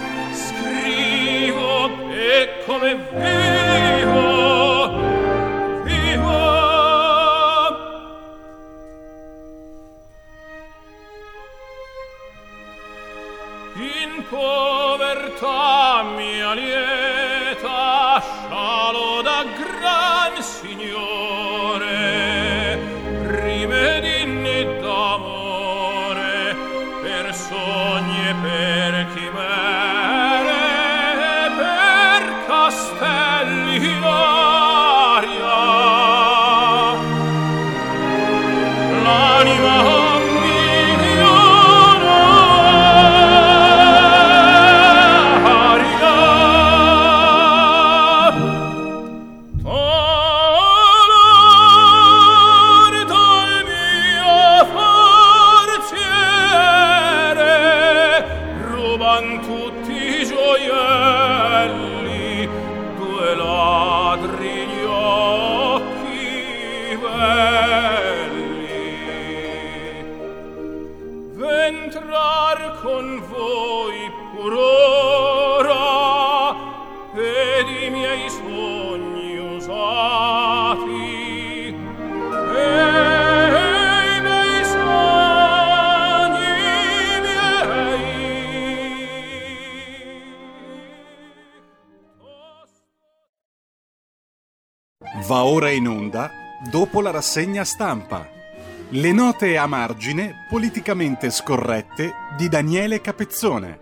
Scrivo e come vivo, vivo. In povertà mia lieta, scialo da gran signore, rimedini d'amore, per sogni e per chimere, per castelli in aria. L'anima con voi pur ora ed i miei sogni usati e i miei sogni miei. Va ora in onda dopo la rassegna stampa. Le note a margine politicamente scorrette di Daniele Capezzone.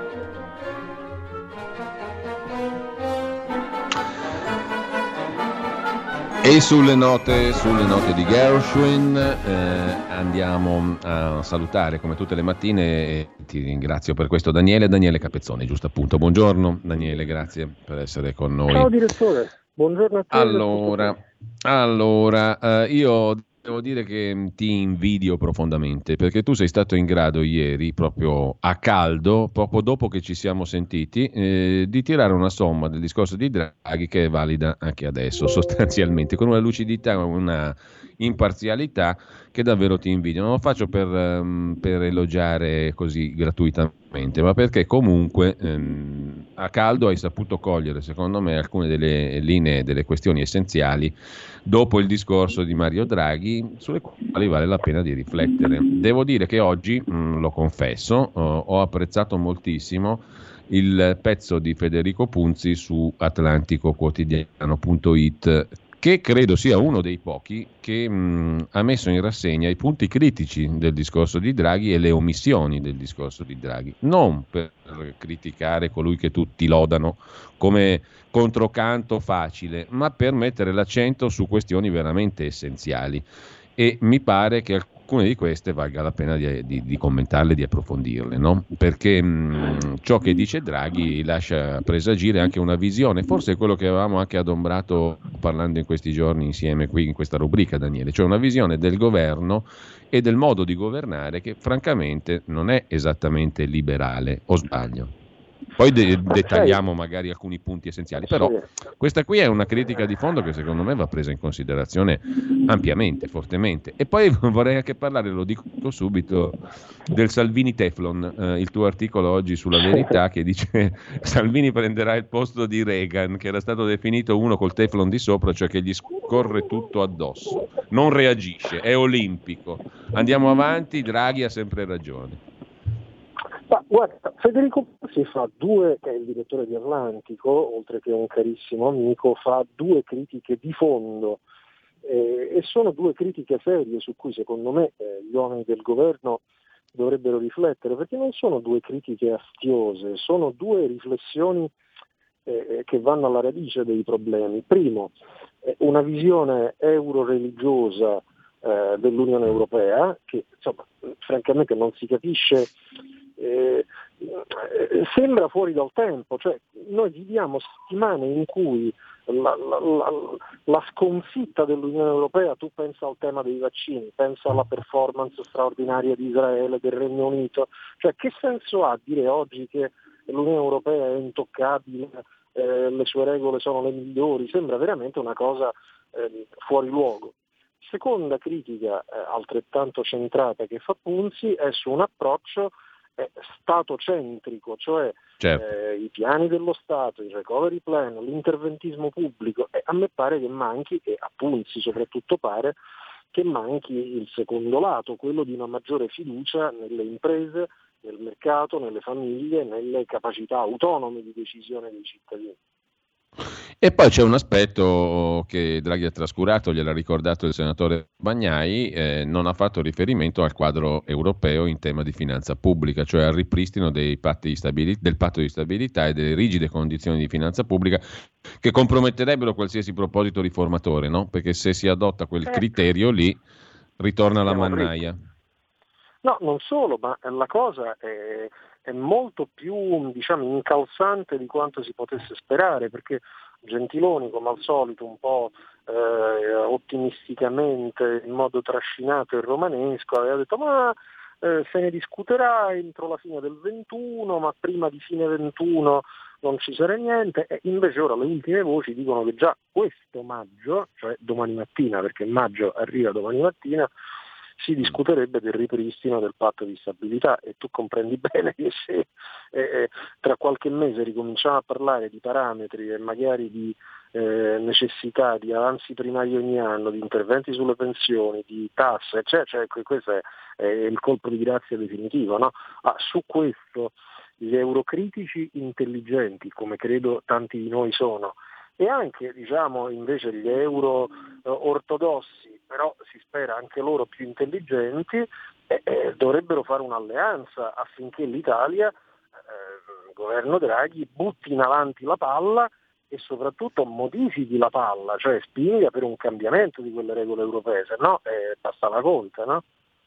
E sulle note, sulle note di Gershwin eh, andiamo a salutare come tutte le mattine e ti ringrazio per questo Daniele, Daniele Capezzone, giusto appunto. Buongiorno Daniele, grazie per essere con noi. Ciao direttore, buongiorno a te. Allora, allora eh, io... Devo dire che ti invidio profondamente perché tu sei stato in grado ieri, proprio a caldo, proprio dopo che ci siamo sentiti, eh, di tirare una somma del discorso di Draghi che è valida anche adesso, sostanzialmente, con una lucidità, una imparzialità che davvero ti invidio. Non lo faccio per, um, per elogiare così gratuitamente ma perché comunque ehm, a caldo hai saputo cogliere, secondo me, alcune delle linee, delle questioni essenziali dopo il discorso di Mario Draghi, sulle quali vale la pena di riflettere. Devo dire che oggi, mh, lo confesso, uh, ho apprezzato moltissimo il pezzo di Federico Punzi su atlantico quotidiano punto it, che credo sia uno dei pochi che mh, ha messo in rassegna i punti critici del discorso di Draghi e le omissioni del discorso di Draghi, non per criticare colui che tutti lodano come controcanto facile, ma per mettere l'accento su questioni veramente essenziali, e mi pare che alcune di queste valga la pena di, di, di commentarle, di approfondirle, no? Perché mh, ciò che dice Draghi lascia presagire anche una visione, forse è quello che avevamo anche adombrato parlando in questi giorni insieme qui in questa rubrica, Daniele, cioè una visione del governo e del modo di governare che francamente non è esattamente liberale, o sbaglio? Poi de- dettagliamo magari alcuni punti essenziali, però questa qui è una critica di fondo che secondo me va presa in considerazione ampiamente, fortemente. E poi vorrei anche parlare, lo dico subito, del Salvini Teflon, eh, il tuo articolo oggi sulla Verità che dice Salvini prenderà il posto di Reagan, che era stato definito uno col Teflon di sopra, cioè che gli scorre tutto addosso, non reagisce, è olimpico. Andiamo avanti, Draghi ha sempre ragione. Ma guarda, Federico Punzi fa due, che è il direttore di Atlantico, oltre che un carissimo amico, fa due critiche di fondo eh, e sono due critiche serie su cui secondo me eh, gli uomini del governo dovrebbero riflettere, perché non sono due critiche astiose, sono due riflessioni eh, che vanno alla radice dei problemi. Primo, eh, una visione euro-religiosa eh, dell'Unione Europea, che insomma, francamente non si capisce. Eh, sembra fuori dal tempo, cioè noi viviamo settimane in cui la, la, la, la sconfitta dell'Unione Europea, tu pensa al tema dei vaccini, pensa alla performance straordinaria di Israele, del Regno Unito, cioè che senso ha dire oggi che l'Unione Europea è intoccabile, eh, le sue regole sono le migliori? Sembra veramente una cosa eh, fuori luogo. Seconda critica eh, altrettanto centrata che fa Punzi è su un approccio è stato-centrico, cioè certo. eh, i piani dello Stato, il recovery plan, l'interventismo pubblico, e a me pare che manchi, e a Punzi soprattutto pare, che manchi il secondo lato, quello di una maggiore fiducia nelle imprese, nel mercato, nelle famiglie, nelle capacità autonome di decisione dei cittadini. E poi c'è un aspetto che Draghi ha trascurato, gliel'ha ricordato il senatore Bagnai, eh, non ha fatto riferimento al quadro europeo in tema di finanza pubblica, cioè al ripristino dei patti di stabilità, del patto di stabilità e delle rigide condizioni di finanza pubblica che comprometterebbero qualsiasi proposito riformatore, no? Perché se si adotta quel criterio lì ritorna la mannaia. No, non solo, ma la cosa è... è molto più, diciamo, incalzante di quanto si potesse sperare, perché Gentiloni, come al solito, un po' eh, ottimisticamente, in modo trascinato e romanesco, aveva detto ma eh, se ne discuterà entro la fine del ventuno, ma prima di fine ventuno non ci sarà niente, e invece ora le ultime voci dicono che già questo maggio, cioè domani mattina, perché maggio arriva domani mattina, si discuterebbe del ripristino del patto di stabilità, e tu comprendi bene che se eh, tra qualche mese ricominciamo a parlare di parametri e magari di eh, necessità di avanzi primari ogni anno, di interventi sulle pensioni, di tasse, cioè, cioè questo è, è il colpo di grazia definitivo, no? Ah, su questo gli eurocritici intelligenti, come credo tanti di noi sono, e anche, diciamo, invece gli euro eh, ortodossi, però si spera anche loro più intelligenti, eh, eh, dovrebbero fare un'alleanza affinché l'Italia, eh, il governo Draghi, butti in avanti la palla e soprattutto modifichi la palla, cioè spinga per un cambiamento di quelle regole europee, se no eh, basta la conta, no?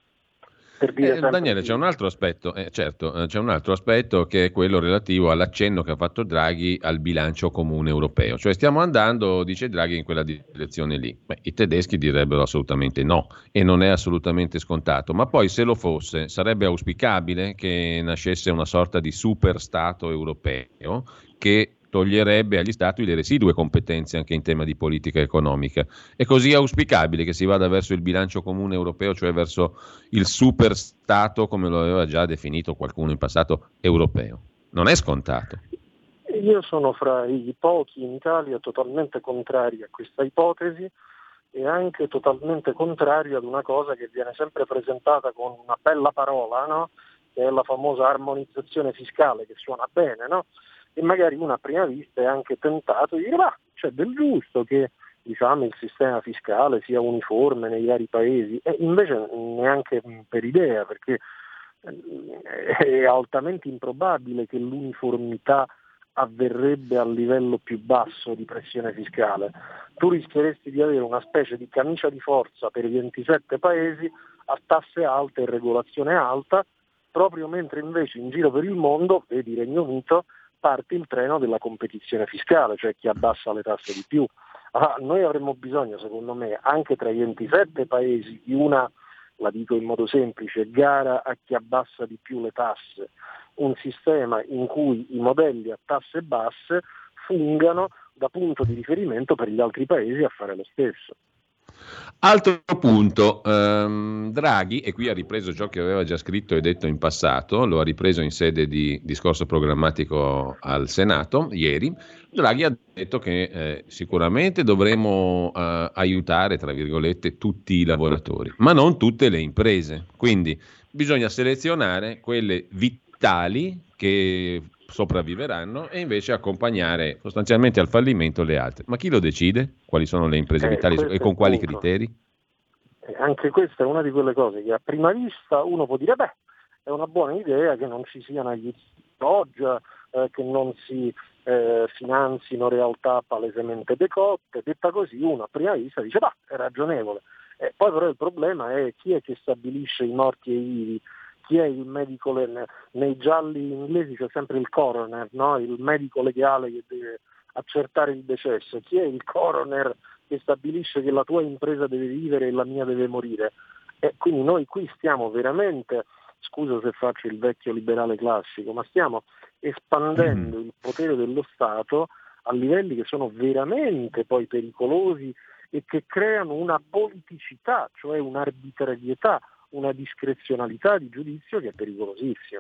Per dire eh, Daniele, c'è un altro aspetto, eh, certo, c'è un altro aspetto che è quello relativo all'accenno che ha fatto Draghi al bilancio comune europeo. Cioè stiamo andando, dice Draghi, in quella direzione lì. Beh, i tedeschi direbbero assolutamente no, e non è assolutamente scontato. Ma poi, se lo fosse, sarebbe auspicabile che nascesse una sorta di super stato europeo che toglierebbe agli Stati le residue competenze anche in tema di politica economica. È così auspicabile che si vada verso il bilancio comune europeo, cioè verso il super Stato, come lo aveva già definito qualcuno in passato, europeo? Non è scontato. Io sono fra i pochi in Italia totalmente contrari a questa ipotesi e anche totalmente contrario ad una cosa che viene sempre presentata con una bella parola, no? Che è la famosa armonizzazione fiscale, che suona bene, no? E magari uno a prima vista è anche tentato di dire ma c'è del giusto che, diciamo, il sistema fiscale sia uniforme nei vari paesi, e invece neanche per idea, perché è altamente improbabile che l'uniformità avverrebbe a livello più basso di pressione fiscale. Tu rischieresti di avere una specie di camicia di forza per i ventisette paesi a tasse alte e regolazione alta, proprio mentre invece in giro per il mondo, vedi Regno Unito, parte il treno della competizione fiscale, cioè chi abbassa le tasse di più. Allora, noi avremmo bisogno, secondo me, anche tra i ventisette paesi di una, la dico in modo semplice, gara a chi abbassa di più le tasse, un sistema in cui i modelli a tasse basse fungano da punto di riferimento per gli altri paesi a fare lo stesso. Altro punto, ehm, Draghi, e qui ha ripreso ciò che aveva già scritto e detto in passato, lo ha ripreso in sede di discorso programmatico al Senato ieri. Draghi ha detto che eh, sicuramente dovremo eh, aiutare, tra virgolette, tutti i lavoratori, ma non tutte le imprese. Quindi bisogna selezionare quelle vitali che sopravviveranno e invece accompagnare sostanzialmente al fallimento le altre. Ma chi lo decide? Quali sono le imprese Eh, vitali questo e è con il quali punto. criteri? E anche questa è una di quelle cose che a prima vista uno può dire beh, è una buona idea che non ci siano aiuti di pioggia, eh, che non si eh, finanzino realtà palesemente decotte. Detta così uno a prima vista dice bah, è ragionevole. Eh, poi però il problema è chi è che stabilisce i morti e i vivi. Chi è il medico, le, nei gialli inglesi c'è sempre il coroner, no? Il medico legale che deve accertare il decesso. Chi è il coroner che stabilisce che la tua impresa deve vivere e la mia deve morire? E quindi noi qui stiamo veramente, scusa se faccio il vecchio liberale classico, ma stiamo espandendo il potere dello Stato a livelli che sono veramente poi pericolosi e che creano una politicità, cioè un'arbitrarietà, una discrezionalità di giudizio che è pericolosissima.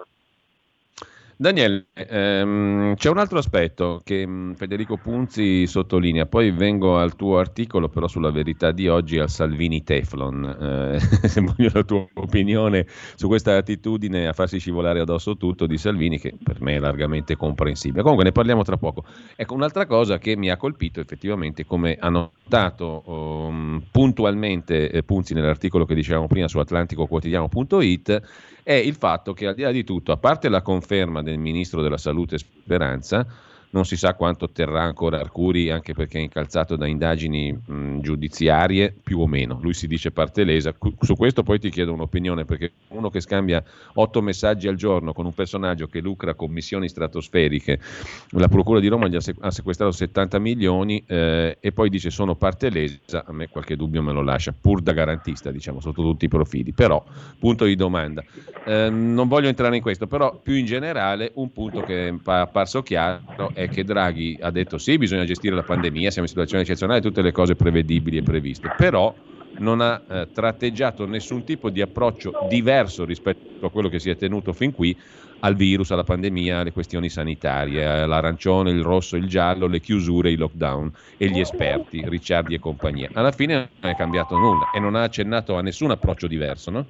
Daniele, ehm, c'è un altro aspetto che mh, Federico Punzi sottolinea, poi vengo al tuo articolo però sulla Verità di oggi, al Salvini Teflon, eh, se voglio la tua opinione su questa attitudine a farsi scivolare addosso tutto di Salvini, che per me è largamente comprensibile. Comunque ne parliamo tra poco. Ecco, un'altra cosa che mi ha colpito effettivamente, come ha notato um, puntualmente eh, Punzi nell'articolo che dicevamo prima su atlantico quotidiano punto it, è il fatto che al di là di tutto, a parte la conferma del ministro della Salute Speranza, non si sa quanto terrà ancora Arcuri, anche perché è incalzato da indagini mh, giudiziarie, più o meno. Lui si dice parte lesa. Su questo poi ti chiedo un'opinione, perché uno che scambia otto messaggi al giorno con un personaggio che lucra commissioni stratosferiche, la Procura di Roma gli ha, se- ha sequestrato settanta milioni eh, e poi dice sono parte lesa, a me qualche dubbio me lo lascia, pur da garantista, diciamo, sotto tutti i profili. Però, punto di domanda. Eh, non voglio entrare in questo, però più in generale un punto che è apparso chiaro è che Draghi ha detto sì, bisogna gestire la pandemia, siamo in situazione eccezionale, tutte le cose prevedibili e previste, però non ha eh, tratteggiato nessun tipo di approccio diverso rispetto a quello che si è tenuto fin qui al virus, alla pandemia, alle questioni sanitarie, l'arancione, il rosso, il giallo, le chiusure, i lockdown e gli esperti, Ricciardi e compagnia. Alla fine non è cambiato nulla e non ha accennato a nessun approccio diverso, no?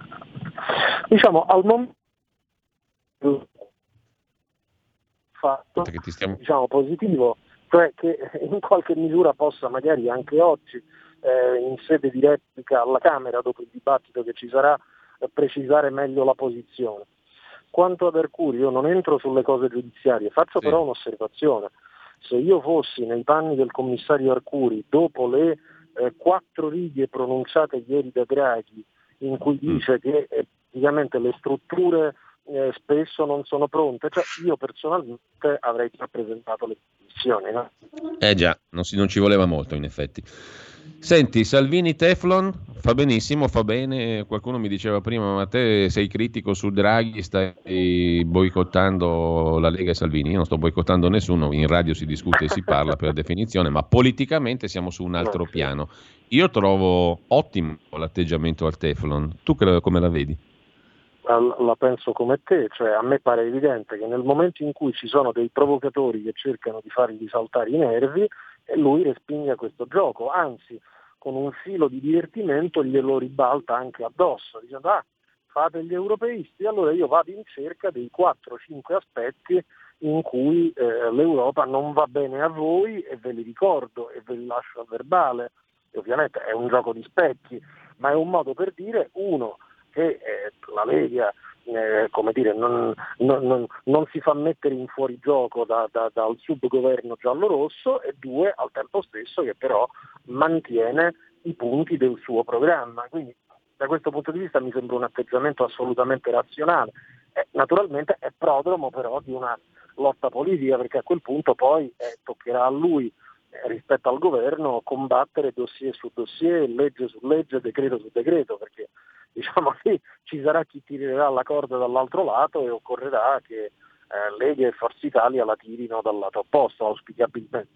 Diciamo, al momento fatto, che ti stiamo... diciamo, positivo, cioè che in qualche misura possa magari anche oggi eh, in sede di replica alla Camera, dopo il dibattito che ci sarà, eh, precisare meglio la posizione. Quanto ad Arcuri, io non entro sulle cose giudiziarie, faccio sì. però un'osservazione. Se io fossi nei panni del commissario Arcuri, dopo le eh, quattro righe pronunciate ieri da Draghi, in cui dice che eh, praticamente le strutture Eh, spesso non sono pronte, cioè io personalmente avrei già presentato le dimissioni, no? Eh già, non, si, non ci voleva molto in effetti. Senti, Salvini Teflon fa benissimo, fa bene. Qualcuno mi diceva prima, ma te sei critico su Draghi, stai boicottando la Lega e Salvini. Io non sto boicottando nessuno, in radio si discute e si parla per definizione, ma politicamente siamo su un altro piano. Io trovo ottimo l'atteggiamento al Teflon. Tu come la vedi? La penso come te, cioè a me pare evidente che nel momento in cui ci sono dei provocatori che cercano di fargli saltare i nervi, lui respinge questo gioco, anzi con un filo di divertimento glielo ribalta anche addosso, dicendo ah, fate gli europeisti, allora io vado in cerca dei quattro cinque aspetti in cui eh, l'Europa non va bene a voi e ve li ricordo e ve li lascio a verbale. E ovviamente è un gioco di specchi, ma è un modo per dire, uno, che eh, la Lega eh, come dire, non, non, non, non si fa mettere in fuorigioco da, da, dal subgoverno giallo-rosso, e due, al tempo stesso, che però mantiene i punti del suo programma. Quindi da questo punto di vista mi sembra un atteggiamento assolutamente razionale. Eh, naturalmente è prodromo però di una lotta politica, perché a quel punto poi eh, toccherà a lui eh, rispetto al governo combattere dossier su dossier, legge su legge, decreto su decreto, perché diciamo che ci sarà chi tirerà la corda dall'altro lato e occorrerà che eh, Lega e Forza Italia la tirino dal lato opposto, auspicabilmente.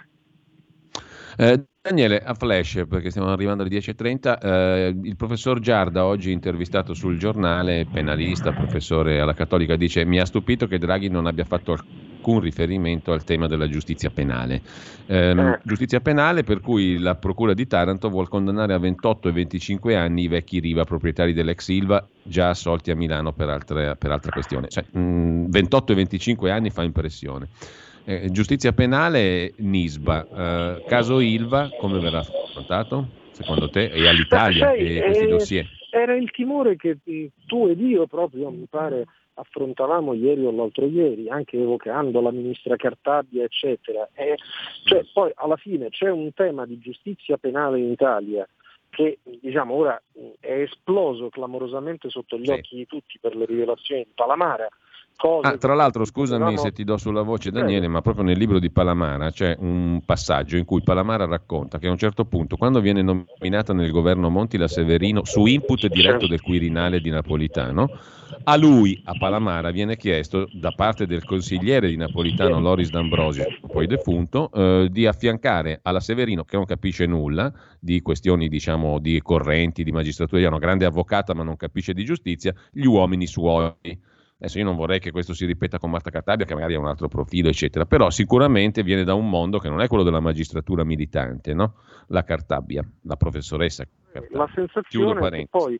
Eh, Daniele, a flash, perché stiamo arrivando alle dieci e trenta, eh, il professor Giarda, oggi intervistato sul Giornale, penalista, professore alla Cattolica, dice: mi ha stupito che Draghi non abbia fatto alcun riferimento al tema della giustizia penale. Eh, eh. Giustizia penale per cui la Procura di Taranto vuol condannare a ventotto e venticinque anni i vecchi Riva, proprietari dell'ex Ilva, già assolti a Milano per, altre, per altra questione. Cioè, mh, ventotto e venticinque anni fa impressione. Eh, giustizia penale, Nisba, eh, caso Ilva, come verrà affrontato secondo te e all'Italia sai, e questi eh, dossier? Era il timore che tu ed io proprio, mi pare, affrontavamo ieri o l'altro ieri, anche evocando la ministra Cartabia, eccetera. E, cioè, poi alla fine c'è un tema di giustizia penale in Italia che, diciamo, ora è esploso clamorosamente sotto gli sì. occhi di tutti per le rivelazioni di Palamara. Ah, tra l'altro, scusami potevamo... se ti do sulla voce, Daniele, ma proprio nel libro di Palamara c'è un passaggio in cui Palamara racconta che a un certo punto, quando viene nominata nel governo Monti la Severino su input diretto del Quirinale di Napolitano, a lui, a Palamara, viene chiesto da parte del consigliere di Napolitano Loris D'Ambrosio, poi defunto, eh, di affiancare alla Severino, che non capisce nulla di questioni, diciamo, di correnti, di magistratura, è una grande avvocata ma non capisce di giustizia, gli uomini suoi. Adesso io non vorrei che questo si ripeta con Marta Cartabia, che magari ha un altro profilo, eccetera, però sicuramente viene da un mondo che non è quello della magistratura militante, no? La Cartabia, la professoressa Cartabia. La sensazione è che poi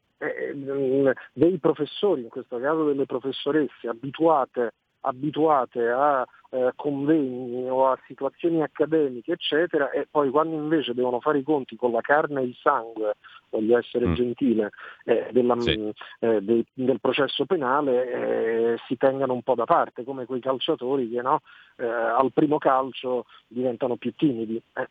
eh, dei professori, in questo caso delle professoresse, abituate abituate a eh, convegni o a situazioni accademiche, eccetera, e poi quando invece devono fare i conti con la carne e il sangue, voglio essere mm. gentile, eh, della, sì. eh, de, del processo penale, eh, si tengano un po' da parte, come quei calciatori che no, eh, al primo calcio diventano più timidi. Eh.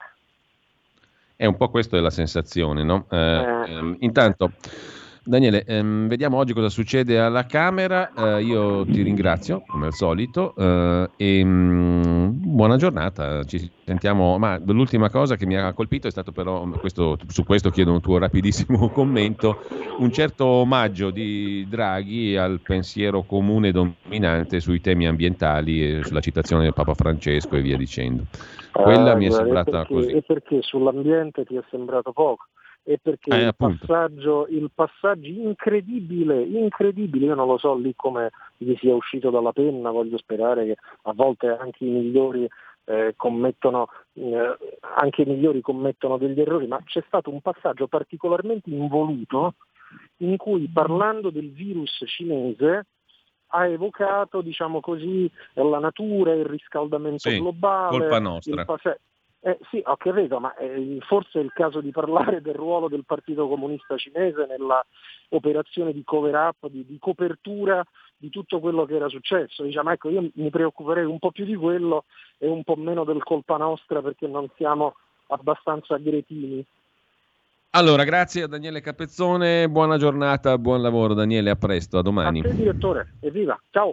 È un po' questa è la sensazione, no? Eh, eh. Ehm, intanto Daniele, ehm, vediamo oggi cosa succede alla Camera. Eh, io ti ringrazio, come al solito, eh, e mh, buona giornata. Ci sentiamo. Ma l'ultima cosa che mi ha colpito è stato però, questo, su questo chiedo un tuo rapidissimo commento, un certo omaggio di Draghi al pensiero comune dominante sui temi ambientali, e sulla citazione del Papa Francesco e via dicendo. Quella ah, mi è sembrata perché, così. E perché sull'ambiente ti è sembrato poco? E perché eh, il, passaggio, il passaggio incredibile, incredibile, io non lo so lì come gli sia uscito dalla penna, voglio sperare che a volte anche i migliori eh, commettono eh, anche i migliori commettono degli errori, ma c'è stato un passaggio particolarmente involuto in cui, parlando del virus cinese, ha evocato, diciamo così, la natura, il riscaldamento sì, globale, colpa nostra. Il pass- Eh, sì, ho capito, ma eh, forse è il caso di parlare del ruolo del Partito Comunista Cinese nella operazione di cover-up, di, di copertura di tutto quello che era successo. Diciamo, ecco, io mi preoccuperei un po' più di quello e un po' meno del colpa nostra, perché non siamo abbastanza gretini. Allora, grazie a Daniele Capezzone, buona giornata, buon lavoro Daniele, a presto, a domani. A te, direttore, evviva, ciao!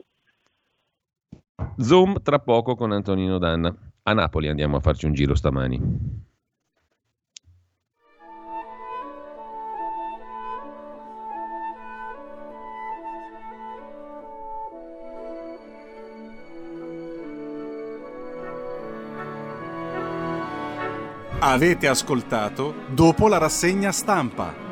Zoom tra poco con Antonino Danna. A Napoli andiamo a farci un giro stamani. Avete ascoltato Dopo la rassegna stampa.